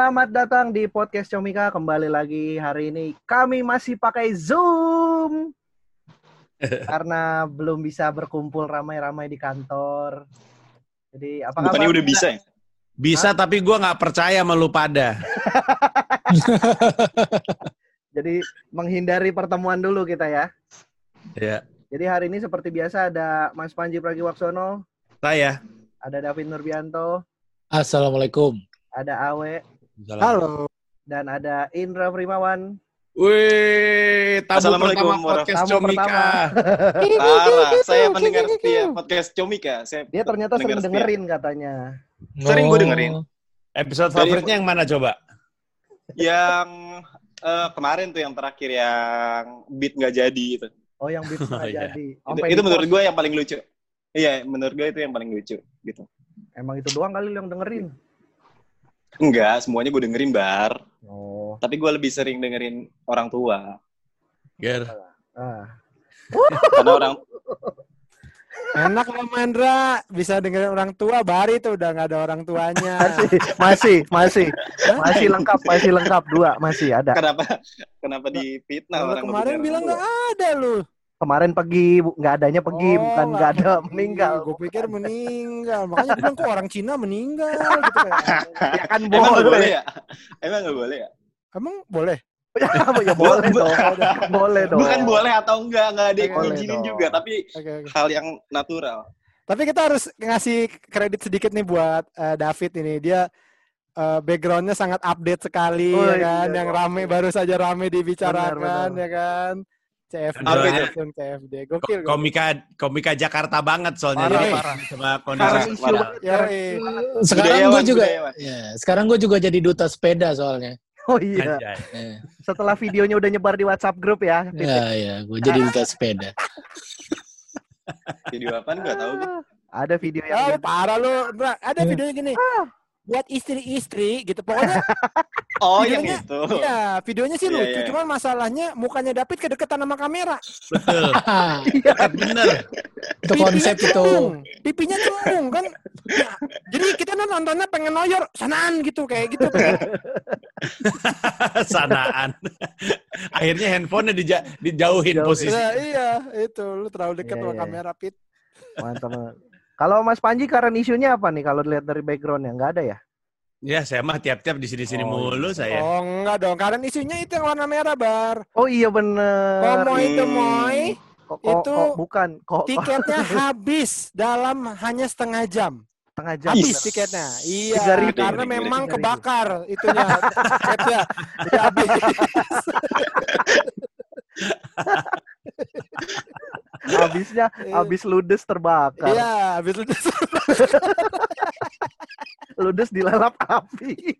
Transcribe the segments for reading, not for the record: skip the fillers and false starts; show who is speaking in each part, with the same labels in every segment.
Speaker 1: Selamat datang di podcast Comika. Kembali lagi hari ini kami masih pakai Zoom karena belum bisa berkumpul ramai-ramai di kantor. Jadi apa kabar?
Speaker 2: Bukannya udah bisa ya?
Speaker 3: Bisa, tapi gue nggak percaya sama lu pada.
Speaker 1: Jadi menghindari pertemuan dulu kita ya.
Speaker 3: Ya.
Speaker 1: Jadi hari ini seperti biasa ada Mas Panji Pragiwaksono,
Speaker 3: Saya.
Speaker 1: ada David Nurbianto,
Speaker 4: Assalamualaikum.
Speaker 1: ada Awe,
Speaker 4: Halo.
Speaker 1: dan ada Indra Primawan.
Speaker 3: Wih, tamu
Speaker 2: Assalamualaikum
Speaker 3: pertama podcast
Speaker 1: Tamu
Speaker 3: Comika.
Speaker 2: Parah, saya mendengar setiap podcast Comika.
Speaker 1: Dia ternyata sering
Speaker 2: mendengar
Speaker 1: dengerin katanya.
Speaker 2: Sering gue dengerin.
Speaker 3: Episode favoritnya yang mana coba?
Speaker 2: Yang kemarin tuh yang terakhir yang beat nggak jadi itu.
Speaker 1: Oh, yang beat nggak
Speaker 3: Iya.
Speaker 1: jadi.
Speaker 2: Itu menurut gue yang paling lucu. Iya, menurut gue itu yang paling lucu gitu.
Speaker 1: Emang itu doang kali yang dengerin.
Speaker 2: Enggak, semuanya gue dengerin bar.
Speaker 1: Oh.
Speaker 2: Tapi gue lebih sering dengerin orang tua.
Speaker 3: Ger.
Speaker 1: Ah.
Speaker 2: Karena orang
Speaker 4: Enak loh Mandra, bisa dengerin orang tua, Bari tuh udah nggak ada orang tuanya.
Speaker 1: Masih lengkap dua, masih ada.
Speaker 2: kenapa difitnah
Speaker 4: Kalau
Speaker 2: orang
Speaker 4: kemarin
Speaker 2: ngebicara
Speaker 4: bilang
Speaker 2: orang
Speaker 4: nggak ada lu.
Speaker 1: Kemarin pergi, nggak adanya pergi, bukan nggak ada meninggal.
Speaker 4: Gue pikir meninggal, makanya bilang kok orang Cina meninggal gitu kan.
Speaker 1: Ya kan
Speaker 2: tua. Emang nggak boleh
Speaker 1: boleh.
Speaker 2: ya? Emang nggak boleh ya?
Speaker 4: Emang boleh?
Speaker 1: Ya boleh dong. Boleh dong.
Speaker 2: Bukan boleh atau enggak ada yang
Speaker 1: Boleh
Speaker 2: ngizinin
Speaker 1: dong.
Speaker 2: juga, tapi
Speaker 4: Oke.
Speaker 2: hal yang natural.
Speaker 4: Tapi kita harus ngasih kredit sedikit nih buat David ini. Dia backgroundnya sangat update sekali,
Speaker 1: Oh,
Speaker 4: ya kan?
Speaker 1: iya,
Speaker 4: Yang
Speaker 1: dong.
Speaker 4: rame baru saja rame dibicarakan,
Speaker 1: Benar.
Speaker 4: ya kan? CFD,
Speaker 2: Apa itu?
Speaker 4: langsung CFD. Gokil.
Speaker 3: Komika Jakarta banget soalnya.
Speaker 1: Parah,
Speaker 3: Jadi
Speaker 4: parah.
Speaker 3: sama
Speaker 1: Sekarang
Speaker 3: kondisi.
Speaker 1: isu banget.
Speaker 4: Yoi.
Speaker 5: Sekarang gue juga jadi duta sepeda soalnya.
Speaker 1: Oh iya.
Speaker 3: Anjay.
Speaker 1: Setelah videonya udah nyebar di WhatsApp grup ya.
Speaker 5: Ya, gue jadi duta sepeda.
Speaker 2: Video apaan nggak tahu gue.
Speaker 1: Ada video
Speaker 4: Oh,
Speaker 1: yang
Speaker 4: parah lu. Bra. Ada videonya gini. Buat istri-istri gitu. Pokoknya
Speaker 2: Oh, yang
Speaker 4: videonya,
Speaker 2: itu.
Speaker 4: iya, videonya sih
Speaker 2: Iya,
Speaker 4: lucu.
Speaker 2: iya.
Speaker 4: Cuman masalahnya mukanya David kedeketan sama kamera.
Speaker 3: Betul. Dekat bener.
Speaker 5: Itu konsep itu.
Speaker 4: Pipinya cemung kan. Ya, jadi kita nontonnya pengen noyor sanaan gitu kayak gitu.
Speaker 3: Sanaan. Akhirnya handphonenya dijauhin
Speaker 1: Jauhin.
Speaker 3: posisi.
Speaker 4: Nah, iya, itu lu terlalu dekat
Speaker 1: Iya,
Speaker 4: sama
Speaker 1: iya.
Speaker 4: kamera Pit.
Speaker 1: mantap banget. Kalau Mas Panji current isunya apa nih kalau dilihat dari backgroundnya? Nggak ada ya?
Speaker 3: Ya, saya mah tiap-tiap di sini-sini mulu saya.
Speaker 4: Oh, enggak dong. Karena isunya itu yang warna merah, Bar.
Speaker 1: Oh iya bener.
Speaker 4: Komoy itu moy, itu
Speaker 1: bukan.
Speaker 4: tiketnya habis dalam hanya setengah jam.
Speaker 1: Setengah jam.
Speaker 4: Habis
Speaker 2: Is.
Speaker 4: tiketnya. Iya,
Speaker 1: 3.000.
Speaker 4: karena
Speaker 2: Gede,
Speaker 4: memang
Speaker 1: 3.000.
Speaker 4: kebakar itunya tiketnya. Jadi habis.
Speaker 1: Habisnya habis ludes terbakar.
Speaker 4: Iya, habis itu.
Speaker 1: Ludes dilalap api.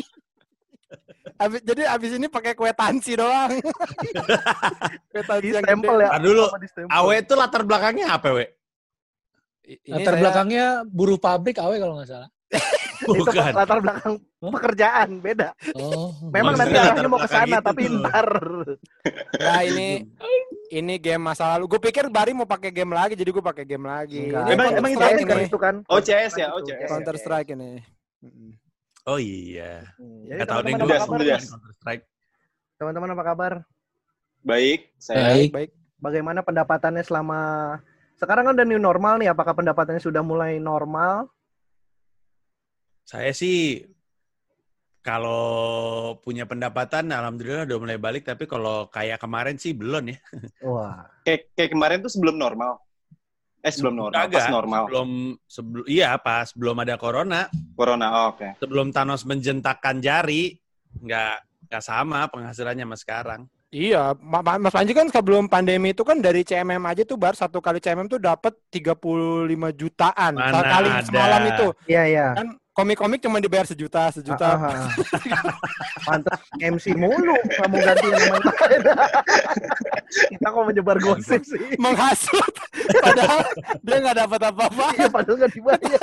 Speaker 4: Jadi habis ini pakai kue tansi doang. Kue tansi
Speaker 1: Di
Speaker 4: yang
Speaker 1: stempel
Speaker 4: gede.
Speaker 1: ya.
Speaker 3: Ah, dulu.
Speaker 1: Sama di stempel.
Speaker 3: Awe itu latar belakangnya apa, We?
Speaker 4: Ini
Speaker 5: Latar
Speaker 4: saya-
Speaker 5: belakangnya buruh pabrik awe kalau nggak salah.
Speaker 1: Itu
Speaker 3: Bukan.
Speaker 1: latar belakang pekerjaan beda.
Speaker 5: Oh.
Speaker 1: Memang nanti
Speaker 3: Maksudnya
Speaker 1: arahnya mau ke
Speaker 3: latar
Speaker 1: sana
Speaker 3: belakang
Speaker 1: tapi
Speaker 3: itu tuh.
Speaker 1: ntar.
Speaker 4: Nah, ini game masa lalu. Gue pikir Bari mau pakai game lagi, jadi gue pakai game lagi.
Speaker 1: Enggak.
Speaker 4: Ini
Speaker 2: Emang
Speaker 4: Counter
Speaker 2: itu
Speaker 4: Strike
Speaker 1: CS kan
Speaker 4: ini.
Speaker 1: itu kan.
Speaker 2: Oh, CS ya, oh, CS.
Speaker 4: Counter Strike ini.
Speaker 3: Oh iya.
Speaker 1: Jadi
Speaker 3: Nggak tahu deh
Speaker 1: teman-teman
Speaker 3: gue
Speaker 1: apa kabar?
Speaker 2: Udah.
Speaker 3: Counter Strike.
Speaker 1: Teman-teman apa kabar?
Speaker 2: Baik, saya
Speaker 5: Baik.
Speaker 4: Baik.
Speaker 1: Bagaimana pendapatannya selama sekarang kan udah new normal nih? Apakah pendapatannya sudah mulai normal?
Speaker 3: Saya sih kalau punya pendapatan alhamdulillah udah mulai balik, tapi kalau kayak kemarin sih belum ya.
Speaker 1: Wah.
Speaker 2: kayak kemarin tuh sebelum normal. Sebelum normal, pas
Speaker 3: Kagak.
Speaker 2: normal.
Speaker 3: Pas belum ada corona,
Speaker 2: Corona, oh, oke.
Speaker 3: sebelum Thanos menjentakkan jari, nggak sama penghasilannya sama sekarang.
Speaker 4: Iya, Mas Panji kan sebelum pandemi itu kan dari CMM aja tuh Bar, satu kali CMM tuh dapat 35 jutaan.
Speaker 3: Mana
Speaker 4: Kali
Speaker 3: ada.
Speaker 4: semalam itu.
Speaker 1: Iya iya.
Speaker 4: Kan komik-komik cuma dibayar sejuta.
Speaker 1: Pantas MC mulu kamu ganti yang main lain. Kita kok menyebar gosip sih.
Speaker 4: Menghasut. Padahal dia nggak dapat apa-apa.
Speaker 1: Iya padahal nggak dibayar.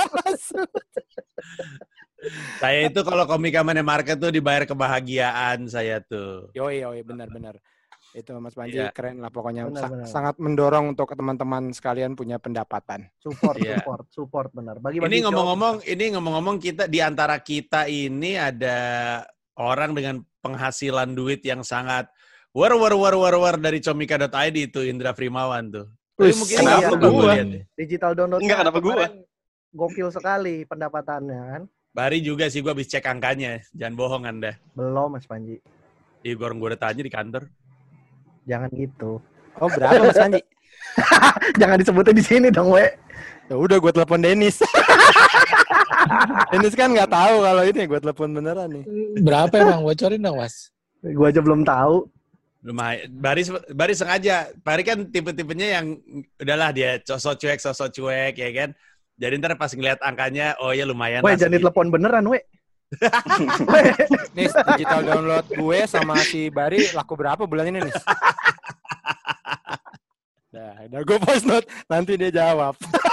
Speaker 3: Saya itu kalau komika Money Market tuh dibayar kebahagiaan saya tuh.
Speaker 4: Yoi, benar-benar. Itu Mas Panji
Speaker 3: Iya.
Speaker 4: keren lah pokoknya.
Speaker 1: Benar.
Speaker 4: Sangat mendorong untuk teman-teman sekalian punya pendapatan.
Speaker 1: Support,
Speaker 3: Iya.
Speaker 1: support benar. Bagi
Speaker 3: Ini ngomong-ngomong kita di antara kita ini ada orang dengan penghasilan duit yang sangat war dari comika.id itu Indra Frimawan tuh. Tapi
Speaker 4: Wih,
Speaker 3: mungkin
Speaker 2: kenapa
Speaker 3: iya,
Speaker 2: gua?
Speaker 3: gua lihat deh.
Speaker 1: digital download.
Speaker 2: Enggak, kenapa gua?
Speaker 1: Gokil sekali pendapatannya kan.
Speaker 3: Bari juga sih, gue habis cek angkanya. Jangan bohong Anda.
Speaker 1: Belum Mas Panji.
Speaker 3: Iya, gue udah tanya di kantor.
Speaker 1: Jangan gitu.
Speaker 4: Oh berapa Mas Panji?
Speaker 1: Jangan disebutin di sini dong, we.
Speaker 4: Ya udah gue telepon Dennis. Dennis kan nggak tahu kalau ini gue telepon beneran nih.
Speaker 5: Berapa emang? Bocorin dong, Mas.
Speaker 1: Gua aja belum tahu.
Speaker 3: Lumayan. Bari sengaja. Bari kan tipe-tipenya yang udahlah dia sosok cuek ya kan. Jadi ntar pas ngeliat angkanya, oh ya lumayan.
Speaker 1: Weh, jangan ditelepon beneran, we. Weh.
Speaker 4: Nis, digital download gue sama si Bari laku berapa bulan ini, Nis? Udah gue voice note, nanti dia jawab.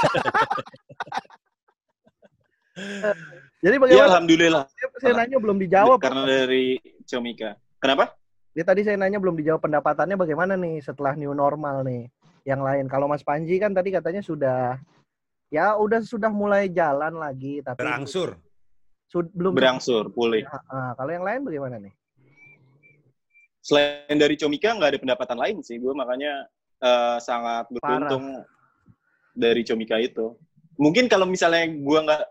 Speaker 1: Jadi
Speaker 2: Ya,
Speaker 1: bagaimana?
Speaker 2: alhamdulillah.
Speaker 1: Saya nanya belum dijawab.
Speaker 2: Karena dari Comika. Kenapa?
Speaker 1: Dia tadi saya nanya belum dijawab pendapatannya bagaimana nih setelah new normal nih. Yang lain kalau Mas Panji kan tadi katanya sudah mulai jalan lagi tapi
Speaker 3: berangsur.
Speaker 1: belum
Speaker 2: Berangsur, pulih.
Speaker 1: kalau yang lain bagaimana nih?
Speaker 2: Selain dari Comika, nggak ada pendapatan lain sih. Gue makanya sangat beruntung dari Comika itu. Mungkin kalau misalnya gue nggak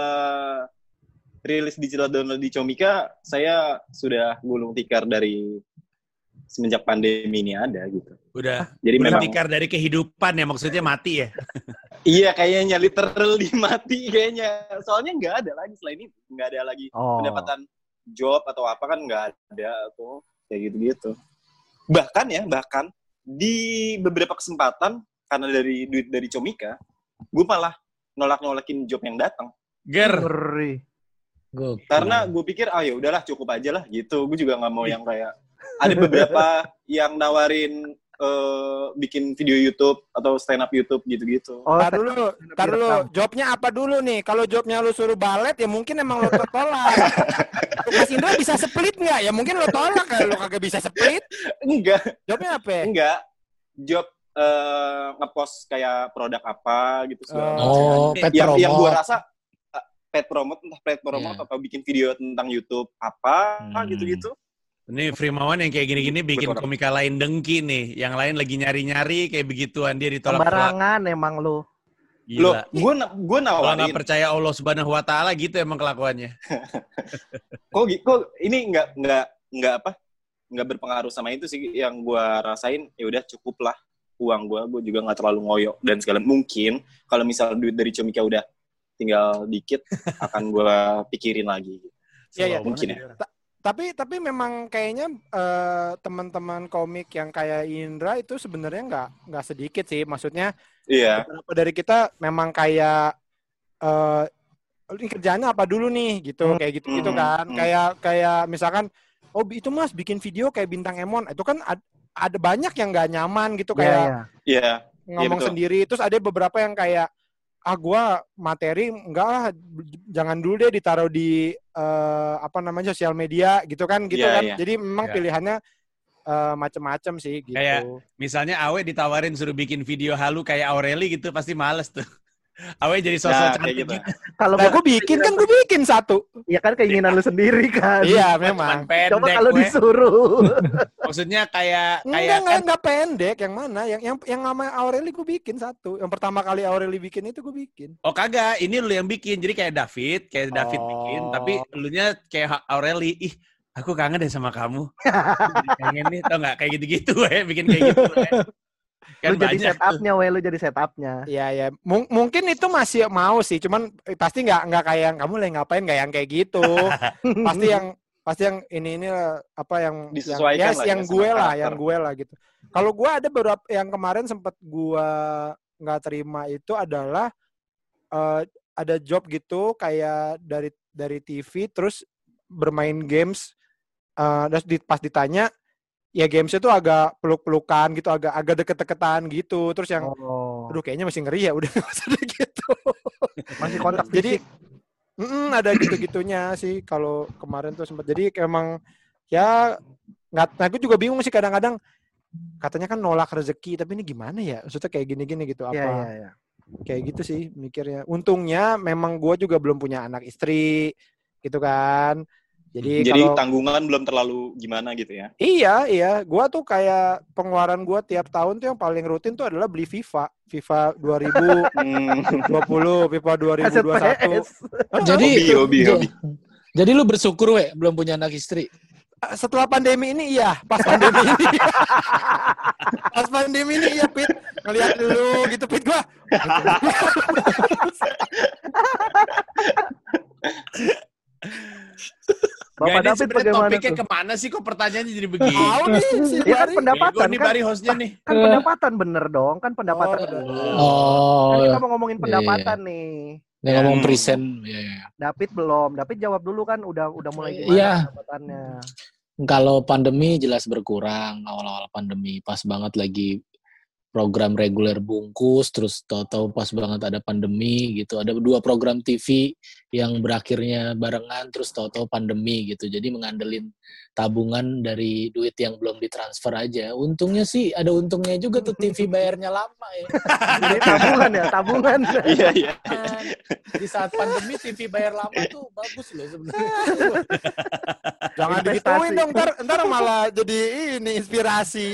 Speaker 2: rilis digital download di Comika, saya sudah gulung tikar dari semenjak pandemi ini ada gitu.
Speaker 3: Udah.
Speaker 2: Jadi memang
Speaker 3: Tikar dari kehidupan ya, maksudnya mati ya.
Speaker 2: iya kayaknya literally mati kayaknya. Soalnya nggak ada lagi selain itu, nggak ada lagi pendapatan job atau apa kan nggak ada tuh kayak gitu-gitu. Bahkan di beberapa kesempatan karena dari duit dari Comika, gue malah nolak-nolakin job yang datang.
Speaker 1: Ngeri.
Speaker 2: Karena gue pikir ya udahlah cukup aja lah gitu. Gue juga nggak mau yang kayak ada beberapa yang nawarin bikin video YouTube atau stand up YouTube gitu-gitu.
Speaker 4: Tar dulu, jobnya apa dulu nih? Kalau jobnya lu suruh balet ya mungkin emang lo tolak. Mas Indra bisa split nggak? Ya mungkin lo tolak kalau lo kagak bisa split.
Speaker 2: Enggak.
Speaker 4: Jobnya apa?
Speaker 2: Enggak. Job ngepost kayak produk apa gitu segala
Speaker 5: pet
Speaker 2: yang
Speaker 5: promote.
Speaker 2: gue rasa pet promote atau bikin video tentang YouTube apa gitu-gitu.
Speaker 3: Ini Frimawan yang kayak gini-gini bikin
Speaker 2: Betul.
Speaker 3: komika lain dengki nih. Yang lain lagi nyari-nyari kayak begituan, dia ditolak.
Speaker 1: Sembarangan emang lu.
Speaker 2: Loh,
Speaker 3: Gila.
Speaker 2: gue
Speaker 3: Kalau
Speaker 2: nawarin.
Speaker 3: nggak percaya Allah Subhanahu Wa Taala gitu emang kelakuannya.
Speaker 2: Kok ini nggak berpengaruh sama itu sih yang gue rasain. Ya udah cukup lah uang gue juga nggak terlalu ngoyo dan segala mungkin kalau misal duit dari Comika udah tinggal dikit akan gue pikirin lagi.
Speaker 4: Iya,
Speaker 2: mungkin ya.
Speaker 4: Tapi memang kayaknya teman-teman komik yang kayak Indra itu sebenarnya nggak sedikit sih. Maksudnya beberapa dari kita memang kayak ini kerjanya apa dulu nih gitu, kayak gitu kan. Kayak misalkan itu Mas bikin video kayak bintang Emon, itu kan ada banyak yang nggak nyaman gitu kayak ngomong sendiri. Terus ada beberapa yang kayak gua materi enggak lah, jangan dulu deh ditaruh di sosial media gitu kan. Jadi memang pilihannya macam-macam sih gitu.
Speaker 3: Kayak misalnya Awe ditawarin suruh bikin video halu kayak Aureli gitu pasti males tuh. Awe jadi sosok cantik gitu.
Speaker 1: Kalau
Speaker 4: gue bikin satu.
Speaker 1: Ya kan keinginan lu sendiri kan.
Speaker 4: Iya memang.
Speaker 3: Pendek,
Speaker 1: coba kalau disuruh.
Speaker 3: Maksudnya kayak
Speaker 4: enggak pendek, yang mana? Yang nama Aureli gue bikin satu. Yang pertama kali Aureli bikin itu gue bikin.
Speaker 3: Oh kagak, ini lu yang bikin. Jadi kayak David bikin, tapi elunya kayak Aureli. Ih, aku kangen deh sama kamu. Pengen nih, tau nggak kayak gitu-gitu bikin kayak gitu. Kan
Speaker 1: lu jadi setupnya,
Speaker 4: Iya. Mungkin itu masih mau sih, cuman pasti nggak kayak yang kamu lagi ngapain, nggak yang kayak gitu. pasti yang ini apa yang
Speaker 2: disesuaikan
Speaker 4: yang gue lah gitu. Kalau gue ada beberapa yang kemarin sempat gue nggak terima itu adalah ada job gitu kayak dari TV terus bermain games, terus pas ditanya ya games itu agak peluk-pelukan gitu, agak deket-deketan gitu. Terus yang aduh kayaknya masih ngeri ya, udah enggak usah gitu.
Speaker 1: Masih kontak
Speaker 4: jadi ada gitu-gitunya sih kalau kemarin tuh sempat. Jadi emang ya nggak, aku juga bingung sih kadang-kadang katanya kan nolak rezeki, tapi ini gimana ya? Maksudnya kayak gini-gini gitu apa?
Speaker 1: Iya.
Speaker 4: Kayak gitu sih mikirnya. Untungnya memang gue juga belum punya anak istri gitu kan. Jadi
Speaker 2: tanggungan belum terlalu gimana gitu ya?
Speaker 4: Iya. Gue tuh kayak pengeluaran gue tiap tahun tuh yang paling rutin tuh adalah beli FIFA 2020, FIFA 2021.
Speaker 2: Hobi.
Speaker 5: Jadi lu bersyukur belum punya anak istri.
Speaker 4: Setelah pandemi ini iya, pas pandemi ini. Pas pandemi ini iya, Pit. Ngeliat dulu gitu, Pit, gua.
Speaker 1: Bapak David bagaimana
Speaker 3: topiknya
Speaker 1: tuh?
Speaker 3: Kemana sih kok pertanyaannya jadi begini?
Speaker 1: Ya kan pendapatan
Speaker 3: nih Bari hostnya nih.
Speaker 1: Kan pendapatan bener dong, kan pendapatan. Kan kita mau ngomongin pendapatan nih.
Speaker 5: Ini ngomong present.
Speaker 1: David belum. David jawab dulu kan udah mulai gimana pendapatannya.
Speaker 5: Kalau pandemi jelas berkurang, awal-awal pandemi pas banget lagi program reguler bungkus, terus tahu-tahu pas banget ada pandemi gitu. Ada 2 program TV yang berakhirnya barengan, terus tahu-tahu pandemi gitu. Jadi mengandelin tabungan dari duit yang belum ditransfer aja. Untungnya sih ada untungnya juga tuh TV bayarnya lama ya.
Speaker 1: Jadi tabungan.
Speaker 2: Iya.
Speaker 5: Di saat pandemi TV bayar lama tuh bagus loh sebenarnya.
Speaker 4: Jangan digituin dong, ntar malah jadi ini inspirasi.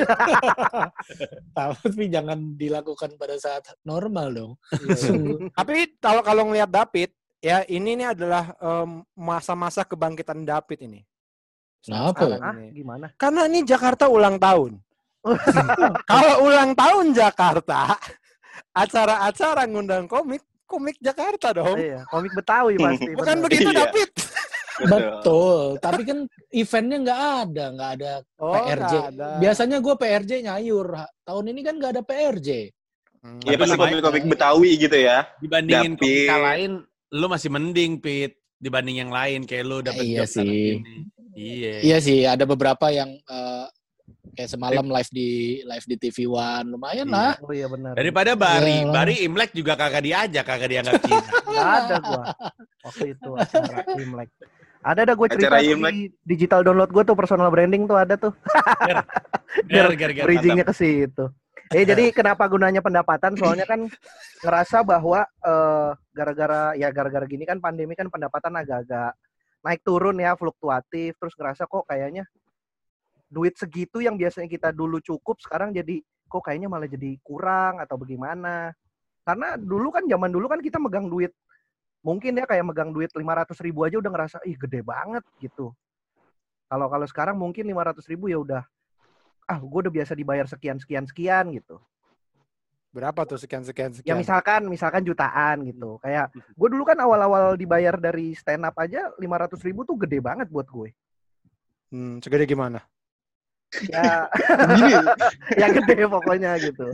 Speaker 5: Tapi jangan dilakukan pada saat normal dong.
Speaker 4: Tapi kalau ngelihat David, ya ini nih adalah masa-masa kebangkitan David ini.
Speaker 5: Kenapa?
Speaker 1: Gimana?
Speaker 4: Karena ini Jakarta ulang tahun. Kalau ulang tahun Jakarta, acara-acara ngundang komik Jakarta dong.
Speaker 1: Iya, komik Betawi pasti.
Speaker 4: Bukan begitu, David?
Speaker 5: Betul, tapi kan eventnya nggak ada PRJ.
Speaker 4: Ada.
Speaker 5: Biasanya gue PRJ nyayur. Tahun ini kan nggak ada PRJ.
Speaker 2: Iya pasti komik Betawi gitu ya.
Speaker 3: Dibandingin komik lain, lu masih mending, Pit. Dibanding yang lain, kayak lu dapet
Speaker 5: Iya sih.
Speaker 3: Iya
Speaker 5: Sih, ada beberapa yang kayak semalam live di TV One, lumayan lah.
Speaker 1: Oh iya benar.
Speaker 3: Daripada Bari Imlek juga kagak dianggap Cina.
Speaker 1: Nggak ada gua. Waktu itu acara Imlek. Ada gue cerita di digital download gue tuh personal branding tuh ada tuh. Biar bridging-nya ke situ. Jadi kenapa gunanya pendapatan? Soalnya kan ngerasa bahwa gara-gara gini kan pandemi kan pendapatan agak-agak naik turun ya, fluktuatif. Terus ngerasa kok kayaknya duit segitu yang biasanya kita dulu cukup sekarang jadi kok kayaknya malah jadi kurang atau bagaimana. Karena zaman dulu kan kita megang duit mungkin ya kayak megang duit 500.000 aja udah ngerasa gede banget gitu. Kalau sekarang mungkin 500.000 ya udah gue udah biasa dibayar sekian gitu.
Speaker 4: Berapa tuh sekian?
Speaker 1: Ya misalkan jutaan gitu. Kayak gue dulu kan awal-awal dibayar dari stand up aja 500.000 tuh gede banget buat gue.
Speaker 4: Segede gimana?
Speaker 1: Ya yang gede pokoknya gitu.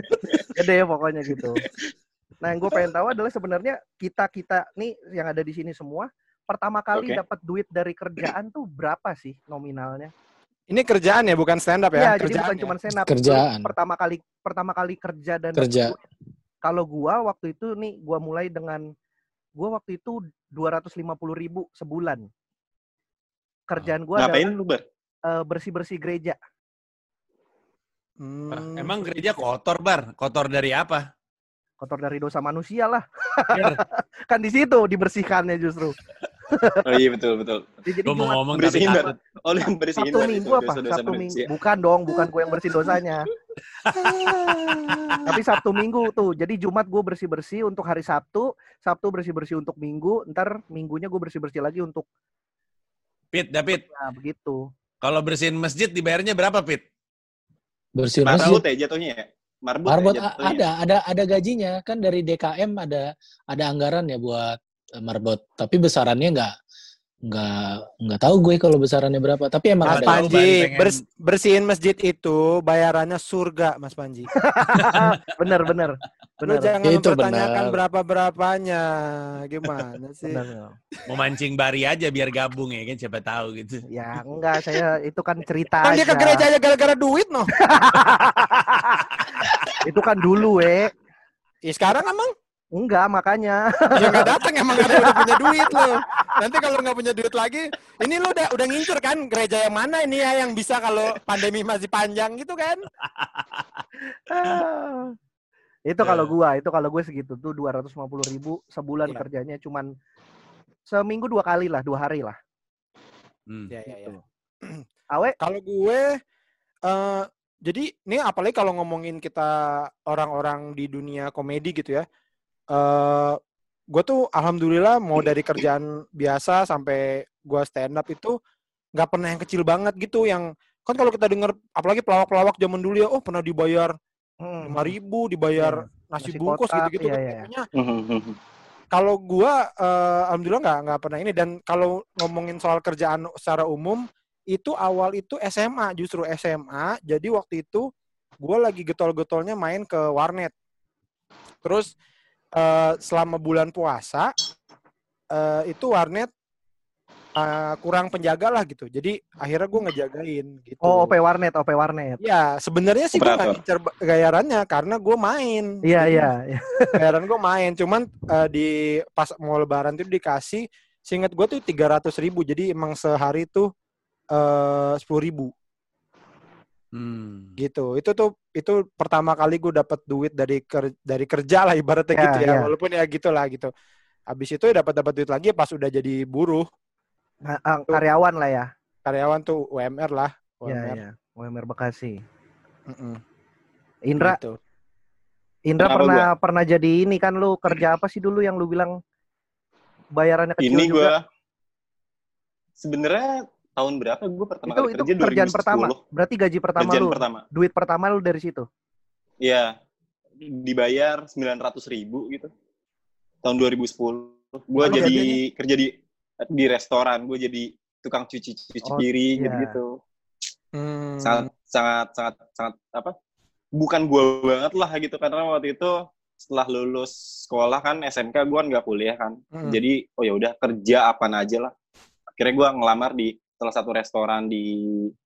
Speaker 1: Nah, yang gue pengen tahu adalah sebenarnya kita nih yang ada di sini semua pertama kali dapat duit dari kerjaan tuh berapa sih nominalnya?
Speaker 4: Ini kerjaan ya, bukan stand up ya?
Speaker 1: Iya, jadi bukan cuma stand up.
Speaker 5: Kerjaan.
Speaker 1: Pertama kali kerja dan
Speaker 5: kerja.
Speaker 1: Kalau gue waktu itu nih, gue mulai dengan gue waktu itu 250.000 sebulan. Kerjaan gue
Speaker 2: ngapain lu, Bar?
Speaker 1: Bersih-bersih gereja.
Speaker 3: Emang gereja kotor, Bar? Kotor dari apa?
Speaker 1: Kotor dari dosa manusia lah. Kan di situ dibersihkannya justru.
Speaker 2: Oh iya betul.
Speaker 3: Jadi mau ngomong
Speaker 2: bersihin Bar. Oh yang bersihin
Speaker 1: Sabtu Minggu apa? Sabtu Minggu. Bukan gue yang bersihin dosanya. Tapi Sabtu Minggu tuh. Jadi Jumat gue bersih-bersih untuk hari Sabtu bersih-bersih untuk Minggu, ntar Minggunya gue bersih-bersih lagi untuk
Speaker 3: David.
Speaker 1: Nah, begitu.
Speaker 3: Kalau bersihin masjid dibayarnya berapa, Pit?
Speaker 5: Bersihin masjid.
Speaker 2: Marbot ya jatuhnya ya?
Speaker 5: Marbot ada gajinya kan dari DKM ada anggaran ya buat marbot, tapi besarannya nggak tahu gue kalau besarannya berapa, tapi emang
Speaker 4: Mas
Speaker 5: ada.
Speaker 4: Panji bersihin masjid itu bayarannya surga, Mas Panji.
Speaker 1: bener.
Speaker 4: Lu jangan mempertanyakan berapa-berapanya, gimana sih?
Speaker 1: Bener.
Speaker 3: Mau mancing Bari aja biar gabung ya kan, siapa tahu gitu.
Speaker 1: Ya enggak, saya itu kan cerita
Speaker 4: kan
Speaker 1: aja.
Speaker 4: Dia ke gereja aja gara-gara duit noh.
Speaker 1: Itu kan dulu
Speaker 4: sekarang emang?
Speaker 1: Enggak, makanya.
Speaker 4: Ya nggak datang emang udah punya duit loh. Nanti kalau nggak punya duit lagi, ini lu udah ngincer kan gereja yang mana ini ya yang bisa kalau pandemi masih panjang gitu kan?
Speaker 1: Itu kalau gue segitu tuh 250.000 sebulan kerjanya cuman seminggu 2 kali lah, 2 hari lah.
Speaker 4: Ya.
Speaker 1: Awe?
Speaker 4: Kalau gue, jadi ini apalagi kalau ngomongin kita orang-orang di dunia komedi gitu ya, gue tuh alhamdulillah mau dari kerjaan biasa sampai gue stand up itu nggak pernah yang kecil banget gitu. Yang kan kalau kita denger apalagi pelawak-pelawak zaman dulu ya, pernah dibayar 5.000, dibayar nasi bungkus gitu-gitu. Pokoknya kalau gue alhamdulillah nggak pernah ini. Dan kalau ngomongin soal kerjaan secara umum itu awal itu SMA, justru SMA. Jadi waktu itu gue lagi getol-getolnya main ke warnet. Terus selama bulan puasa itu warnet kurang penjaga lah gitu. Jadi akhirnya gue ngejagain gitu.
Speaker 1: OP warnet.
Speaker 4: Ya, sebenarnya sih gue nggak ngincer bayarannya karena gue main.
Speaker 1: Iya.
Speaker 4: Bayaran gue main. Cuman di pas mau lebaran itu dikasih, seingat gue tuh 300.000. Jadi emang sehari tuh 10.000. Gitu. Itu pertama kali gue dapat duit dari kerja lah ibaratnya gitu ya. Walaupun ya gitulah gitu. Habis itu dapat duit lagi pas udah jadi buruh.
Speaker 1: Karyawan lah ya.
Speaker 4: Karyawan tuh UMR lah.
Speaker 1: Iya. UMR Bekasi. Indra.
Speaker 4: Gitu.
Speaker 1: Indra pernah jadi ini kan, lu kerja apa sih dulu yang lu bilang bayarannya kecil
Speaker 2: ini
Speaker 1: juga?
Speaker 2: Ini gue sebenarnya tahun berapa gue pertama kali kerja?
Speaker 1: Itu kerjaan
Speaker 2: 2010.
Speaker 1: pertama. Berarti gaji pertama
Speaker 2: kerjaan
Speaker 1: lu.
Speaker 2: Pertama.
Speaker 1: Duit pertama lu dari situ.
Speaker 2: Iya. Dibayar 900.000 gitu. Tahun 2010. Gue kerja di restoran. Gue jadi tukang cuci piring gitu. Sangat apa? Bukan gue banget lah gitu, karena waktu itu setelah lulus sekolah kan SMK gue kan nggak kuliah kan. Jadi ya udah kerja apaan aja lah. Akhirnya gue ngelamar di salah satu restoran di